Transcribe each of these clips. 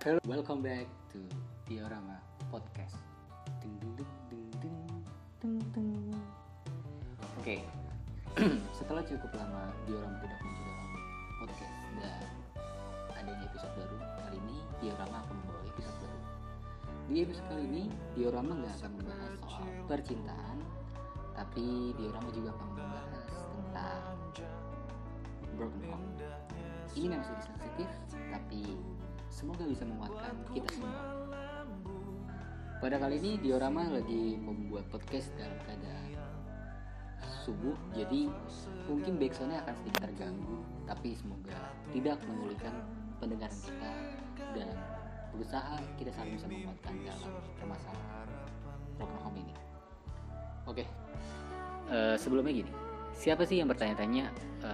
Hello, welcome back to Diorama Podcast. Ding ding ding ding ding ding ding. Oke, setelah cukup lama Diorama tidak muncul dalam podcast dan adanya episode baru, kali ini Diorama akan membawa episode baru. Di episode kali ini Diorama nggak akan membahas soal percintaan, tapi Diorama juga akan membahas tentang broken home. Ini memang sedikit sensitif, tapi semoga bisa menguatkan kita semua. Pada kali ini Diorama lagi membuat podcast dalam keadaan subuh, jadi mungkin backsoundnya akan sedikit terganggu, tapi semoga tidak menyulitkan pendengaran kita dan berusaha kita selalu bisa menguatkan dalam permasalahan broken home ini. Oke, sebelumnya gini, siapa sih yang bertanya-tanya,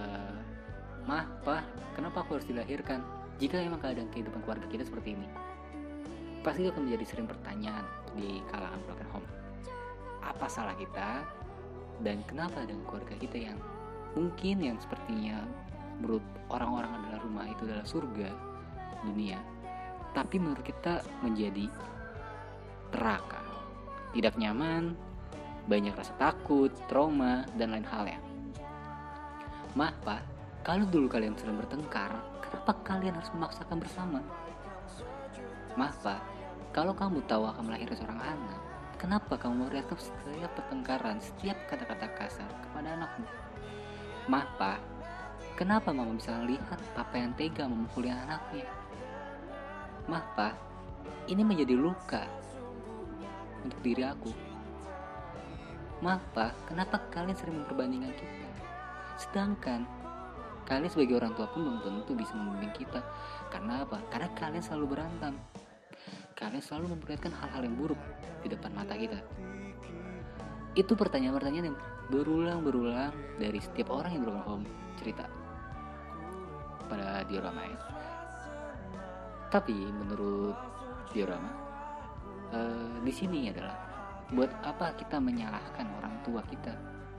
Mah, Pa, kenapa aku harus dilahirkan? Jika memang keadaan kehidupan keluarga kita seperti ini, pasti itu akan menjadi sering pertanyaan di kalangan broken home. Apa salah kita? Dan kenapa dengan keluarga kita yang mungkin yang sepertinya menurut orang-orang adalah rumah itu adalah surga dunia, tapi menurut kita menjadi neraka, tidak nyaman, banyak rasa takut, trauma, dan lain halnya. Mah, Pa, kalau dulu kalian sering bertengkar, kenapa kalian harus memaksakan bersama? Mah, Pa, kalau kamu tahu akan melahirkan seorang anak, kenapa kamu merekam setiap pertengkaran, setiap kata-kata kasar kepada anakmu? Mah, Pa, kenapa mama bisa lihat papa yang tega memukuli anaknya? Mah, Pa, ini menjadi luka untuk diri aku. Mah, Pa, kenapa kalian sering memperbandingkan kita? Sedangkan kalian sebagai orang tua pun belum tentu bisa membimbing kita. Karena apa? Karena kalian selalu berantem. Kalian selalu memperlihatkan hal-hal yang buruk di depan mata kita. Itu pertanyaan-pertanyaan yang berulang-berulang dari setiap orang yang broken home cerita pada diorama ya. Tapi menurut diorama, di sini adalah buat apa kita menyalahkan orang tua kita?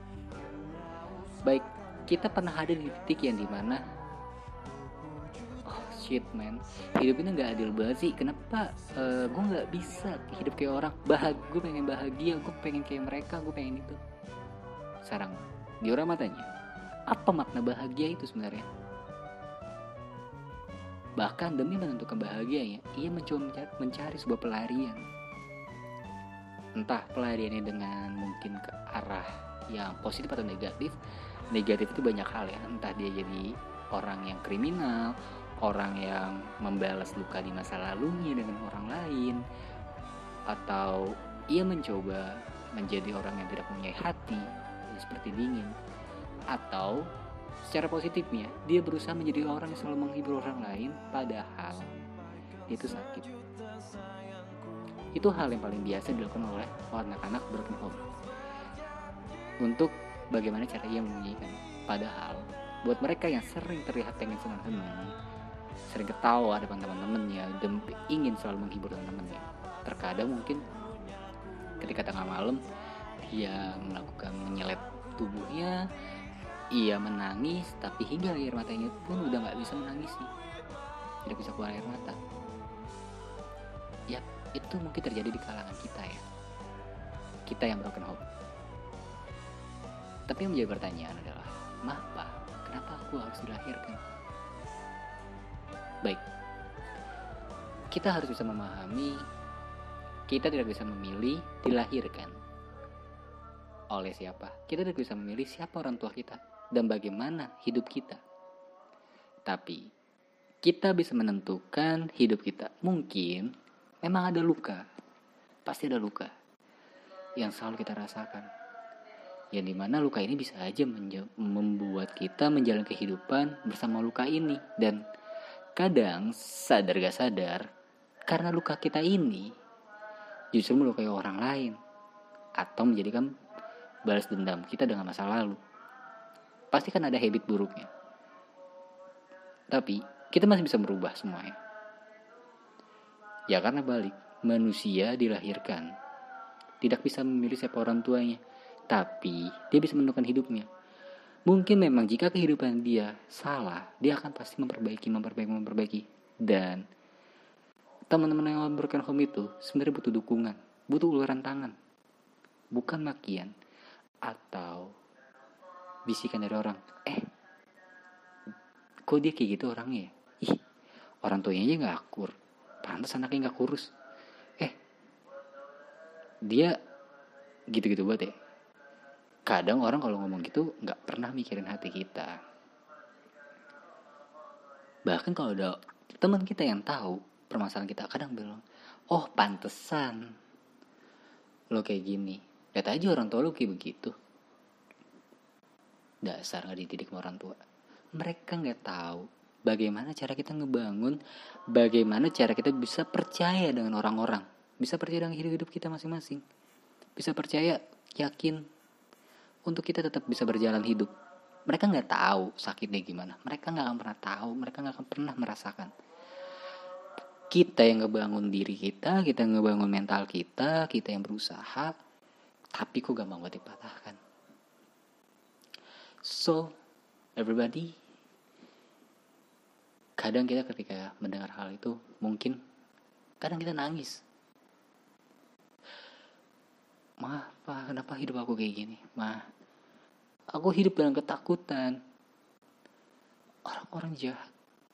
Baik, kita pernah ada di titik yang dimana shit man, hidup ini gak adil banget sih. Kenapa gue gak bisa hidup kayak orang gue pengen bahagia, gue pengen kayak mereka, gue pengen itu. Sekarang diorama tanya, apa makna bahagia itu sebenarnya? Bahkan demi menentukan bahagianya, ia mencoba mencari sebuah pelarian. Entah pelariannya dengan mungkin ke arah yang positif atau negatif. Negatif itu banyak hal ya, entah dia jadi orang yang kriminal, orang yang membalas luka di masa lalunya dengan orang lain, atau ia mencoba menjadi orang yang tidak punya hati, seperti dingin, atau secara positifnya dia berusaha menjadi orang yang selalu menghibur orang lain padahal itu sakit. Itu hal yang paling biasa dilakukan oleh anak-anak broken home untuk bagaimana cara ia menyembunyikan. Padahal buat mereka yang sering terlihat pengen senang-senang, sering ketawa depan teman-temannya dan ingin selalu menghibur teman-temannya, terkadang mungkin ketika tengah malam ia melakukan menyelet tubuhnya, ia menangis, tapi hingga air matanya pun udah gak bisa menangisi, tidak bisa keluar air mata. Ya, itu mungkin terjadi di kalangan kita ya, kita yang broken home. Tapi yang menjadi pertanyaan adalah, Mah, Pa, kenapa aku harus dilahirkan? Baik, kita harus bisa memahami, kita tidak bisa memilih dilahirkan oleh siapa. Kita tidak bisa memilih siapa orang tua kita dan bagaimana hidup kita. Tapi, kita bisa menentukan hidup kita. Mungkin memang ada luka, pasti ada luka yang selalu kita rasakan, yang dimana luka ini bisa aja membuat kita menjalani kehidupan bersama luka ini. Dan kadang sadar gak sadar, karena luka kita ini justru melukai orang lain atau menjadikan balas dendam kita dengan masa lalu. Pasti kan ada habit buruknya, tapi kita masih bisa merubah semuanya. Ya karena balik, manusia dilahirkan tidak bisa memilih siapa orang tuanya, tapi dia bisa menentukan hidupnya. Mungkin memang jika kehidupan dia salah, dia akan pasti memperbaiki. Dan Teman-teman yang broken home itu sebenarnya butuh dukungan, butuh uluran tangan, bukan makian atau bisikan dari orang. Kok dia kayak gitu orangnya ya? Ih, orang tuanya aja gak akur, pantas anaknya gak kurus. Dia gitu-gitu banget ya. Kadang orang kalau ngomong gitu gak pernah mikirin hati kita. Bahkan kalau ada teman kita yang tahu permasalahan kita, kadang bilang, oh pantesan lo kayak gini, lihat aja orang tua lo kayak begitu. Dasar gak dididik sama orang tua. Mereka gak tahu bagaimana cara kita ngebangun, bagaimana cara kita bisa percaya dengan orang-orang, bisa percaya dengan hidup-hidup kita masing-masing, bisa percaya, yakin untuk kita tetap bisa berjalan hidup. Mereka gak tahu sakitnya gimana, mereka gak akan pernah tahu, mereka gak akan pernah merasakan. Kita yang ngebangun diri kita yang ngebangun mental kita yang berusaha, tapi kok gampang banget dipatahkan. So, everybody, kadang kita ketika mendengar hal itu, mungkin kadang kita nangis. Ma, Pa, kenapa hidup aku kayak gini? Ma, aku hidup dalam ketakutan. Orang-orang jahat.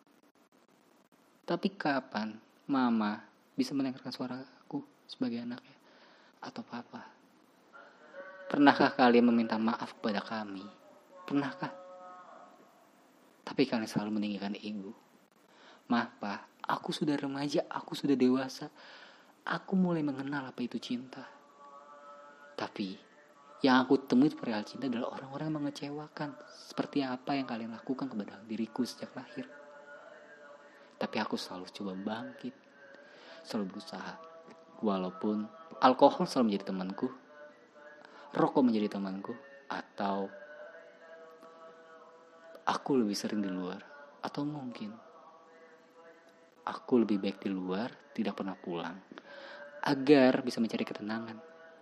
Tapi kapan Mama bisa mendengarkan suara aku sebagai anaknya? Atau Papa? Pernahkah kalian meminta maaf kepada kami? Pernahkah? Tapi kalian selalu meninggikan ego. Maaf Pa, aku sudah remaja, aku sudah dewasa. Aku mulai mengenal apa itu cinta. Tapi yang aku temui perihal cinta adalah orang-orang yang mengecewakan. Seperti apa yang kalian lakukan kepada diriku sejak lahir. Tapi aku selalu coba bangkit, selalu berusaha. Walaupun alkohol selalu menjadi temanku, rokok menjadi temanku, atau aku lebih sering di luar, atau mungkin aku lebih baik di luar, tidak pernah pulang, agar bisa mencari ketenangan.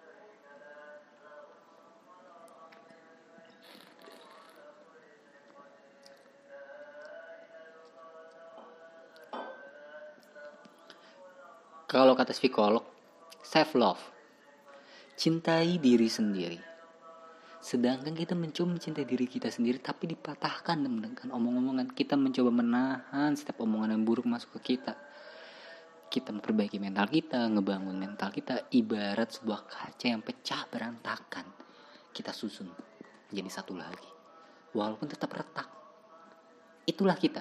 Kalau kata psikolog, self love, cintai diri sendiri. Sedangkan kita mencoba mencintai diri kita sendiri, tapi dipatahkan dengan omong-omongan. Kita mencoba menahan setiap omongan yang buruk masuk ke kita. Kita memperbaiki mental kita, ngebangun mental kita, ibarat sebuah kaca yang pecah berantakan. Kita susun jadi satu lagi, walaupun tetap retak. Itulah kita.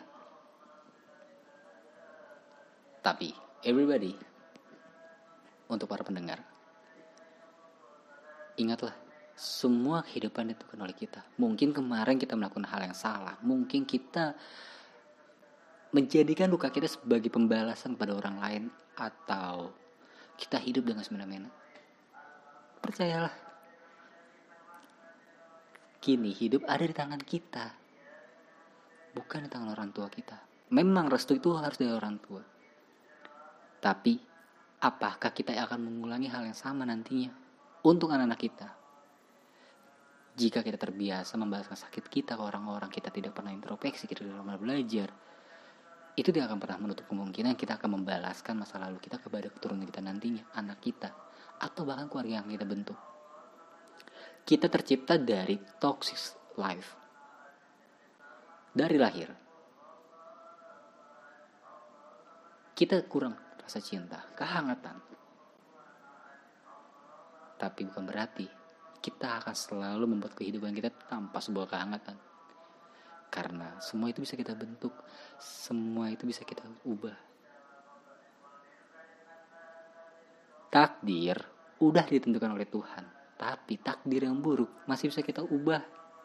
Tapi everybody, untuk para pendengar, ingatlah, semua kehidupan ditentukan oleh kita. Mungkin kemarin kita melakukan hal yang salah, mungkin kita menjadikan luka kita sebagai pembalasan pada orang lain, atau kita hidup dengan semena-mena. Percayalah, kini hidup ada di tangan kita, bukan di tangan orang tua kita. Memang restu itu harus dari orang tua, tapi apakah kita akan mengulangi hal yang sama nantinya untuk anak-anak kita? Jika kita terbiasa membalaskan sakit kita ke orang-orang, kita tidak pernah introspeksi, kita tidak pernah belajar, itu tidak akan pernah menutup kemungkinan kita akan membalaskan masa lalu kita kepada keturunan kita nantinya, anak kita, atau bahkan keluarga yang kita bentuk. Kita tercipta dari toxic life. Dari lahir, kita kurang rasa cinta, kehangatan. Tapi bukan berarti kita akan selalu membuat kehidupan kita tanpa sebuah kehangatan. Karena semua itu bisa kita bentuk, semua itu bisa kita ubah. Takdir udah ditentukan oleh Tuhan, tapi takdir yang buruk masih bisa kita ubah.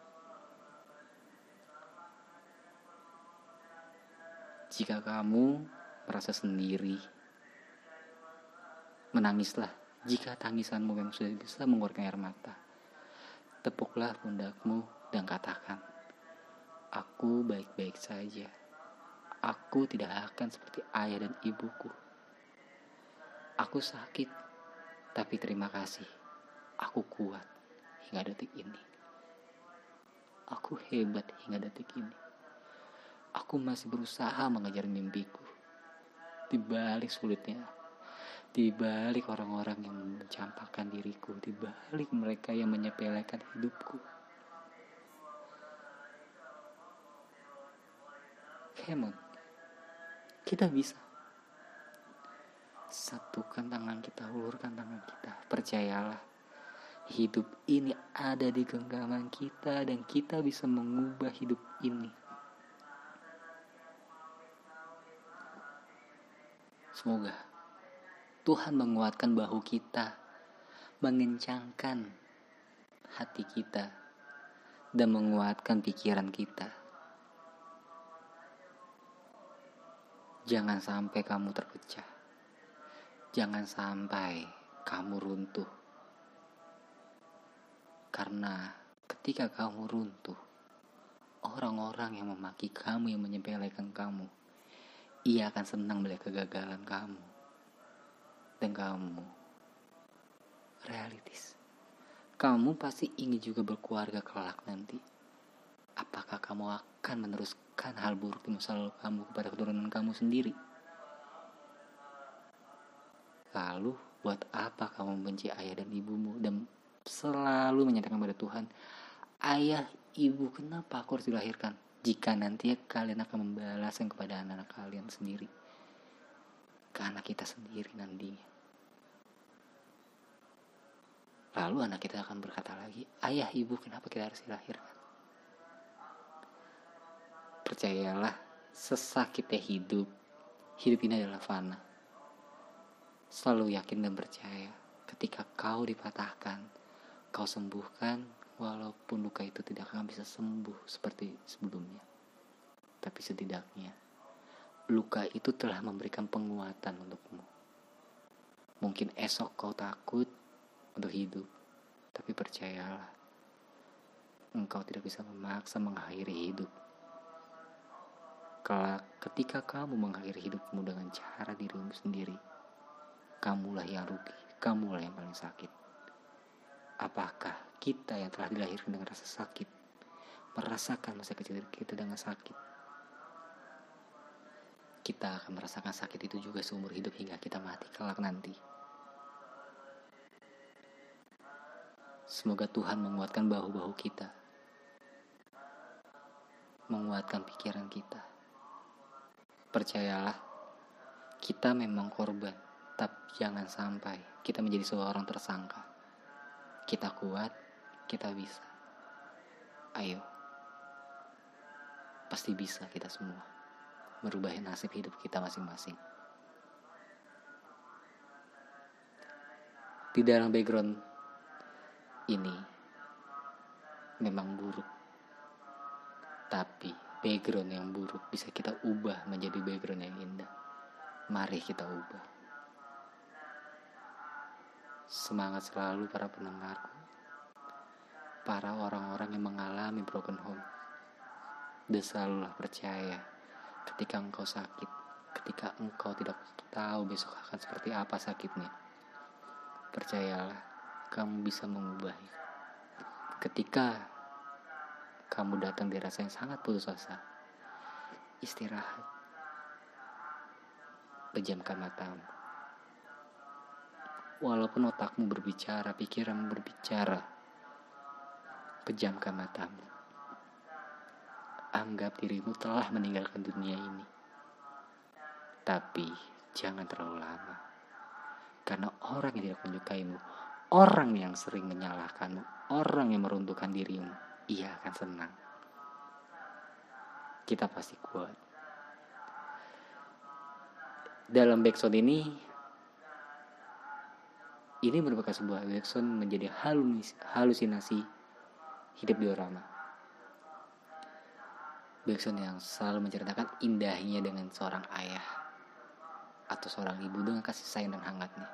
Jika kamu merasa sendiri, menangislah. Jika tangisanmu memang sudah bisa mengeluarkan air mata, tepuklah pundakmu dan katakan, aku baik-baik saja. Aku tidak akan seperti ayah dan ibuku. Aku sakit, tapi terima kasih. Aku kuat hingga detik ini. Aku hebat hingga detik ini. Aku masih berusaha mengejar mimpiku. di balik sulitnya, di balik orang-orang yang mencampakkan diriku, di balik mereka yang menyepelekan hidupku. Come on, kita bisa. Satukan tangan kita, ulurkan tangan kita. Percayalah, hidup ini ada di genggaman kita dan kita bisa mengubah hidup ini. Semoga Tuhan menguatkan bahu kita, mengencangkan hati kita, dan menguatkan pikiran kita. Jangan sampai kamu terpecah. Jangan sampai kamu runtuh. Karena ketika kamu runtuh, orang-orang yang memaki kamu, yang menyepelekan kamu, ia akan senang melihat kegagalan kamu. Dan kamu realistis. Kamu pasti ingin juga berkeluarga kelak nanti. Apakah kamu akan meneruskan hal buruk di masa lalu kamu kepada keturunan kamu sendiri? Lalu buat apa kamu membenci ayah dan ibumu dan selalu menyatakan pada Tuhan, ayah, ibu, kenapa aku harus dilahirkan? Jika nanti kalian akan membalaskan kepada anak-anak kalian sendiri, ke anak kita sendiri nantinya. Lalu anak kita akan berkata lagi, ayah, ibu, kenapa kita harus dilahirkan? Percayalah, sesakitnya hidup ini adalah fana. Selalu yakin dan percaya, ketika kau dipatahkan, kau sembuhkan, walaupun luka itu tidak akan bisa sembuh seperti sebelumnya. Tapi setidaknya, luka itu telah memberikan penguatan untukmu. Mungkin esok kau takut untuk hidup, tapi percayalah, engkau tidak bisa memaksa mengakhiri hidup. Kelak, ketika kamu mengakhiri hidupmu dengan cara dirimu sendiri, kamulah yang rugi, kamulah yang paling sakit. Apakah kita yang telah dilahirkan dengan rasa sakit, merasakan masa kecil kita dengan sakit? Kita akan merasakan sakit itu juga seumur hidup hingga kita mati kelak nanti. Semoga Tuhan menguatkan bahu-bahu kita, menguatkan pikiran kita. Percayalah, kita memang korban, tapi jangan sampai kita menjadi seorang tersangka. Kita kuat, kita bisa. Ayo, pasti bisa kita semua merubah nasib hidup kita masing-masing. Di dalam background ini memang buruk, tapi background yang buruk bisa kita ubah menjadi background yang indah. Mari kita ubah. Semangat selalu para pendengarku, para orang-orang yang mengalami broken home. Dan selalulah percaya, ketika engkau sakit, ketika engkau tidak tahu besok akan seperti apa sakitnya, percayalah, kamu bisa mengubahnya. Ketika kamu datang di rasa yang sangat putus asa, istirahat, pejamkan matamu. Walaupun otakmu berbicara, pikiranmu berbicara, pejamkan matamu. Anggap dirimu telah meninggalkan dunia ini. Tapi jangan terlalu lama. Karena orang yang tidak menyukaimu, orang yang sering menyalahkanmu, orang yang meruntuhkan dirimu, ia akan senang. Kita pasti kuat. Dalam backsound ini merupakan sebuah backsound menjadi halusinasi hidup diorama. Backsound yang selalu menceritakan indahnya dengan seorang ayah atau seorang ibu dengan kasih sayang dan hangatnya.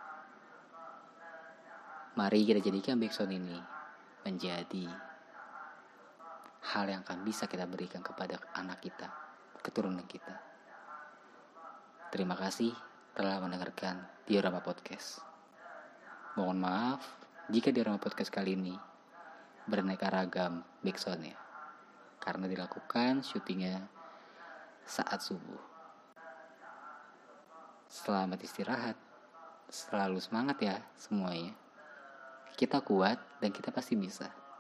Mari kita jadikan backsound ini menjadi hal yang akan bisa kita berikan kepada anak kita, keturunan kita. Terima kasih telah mendengarkan Diorama Podcast. Mohon maaf jika Diorama Podcast kali ini beraneka ragam backsoundnya, karena dilakukan syutingnya saat subuh. Selamat istirahat. Selalu semangat ya semuanya. Kita kuat dan kita pasti bisa.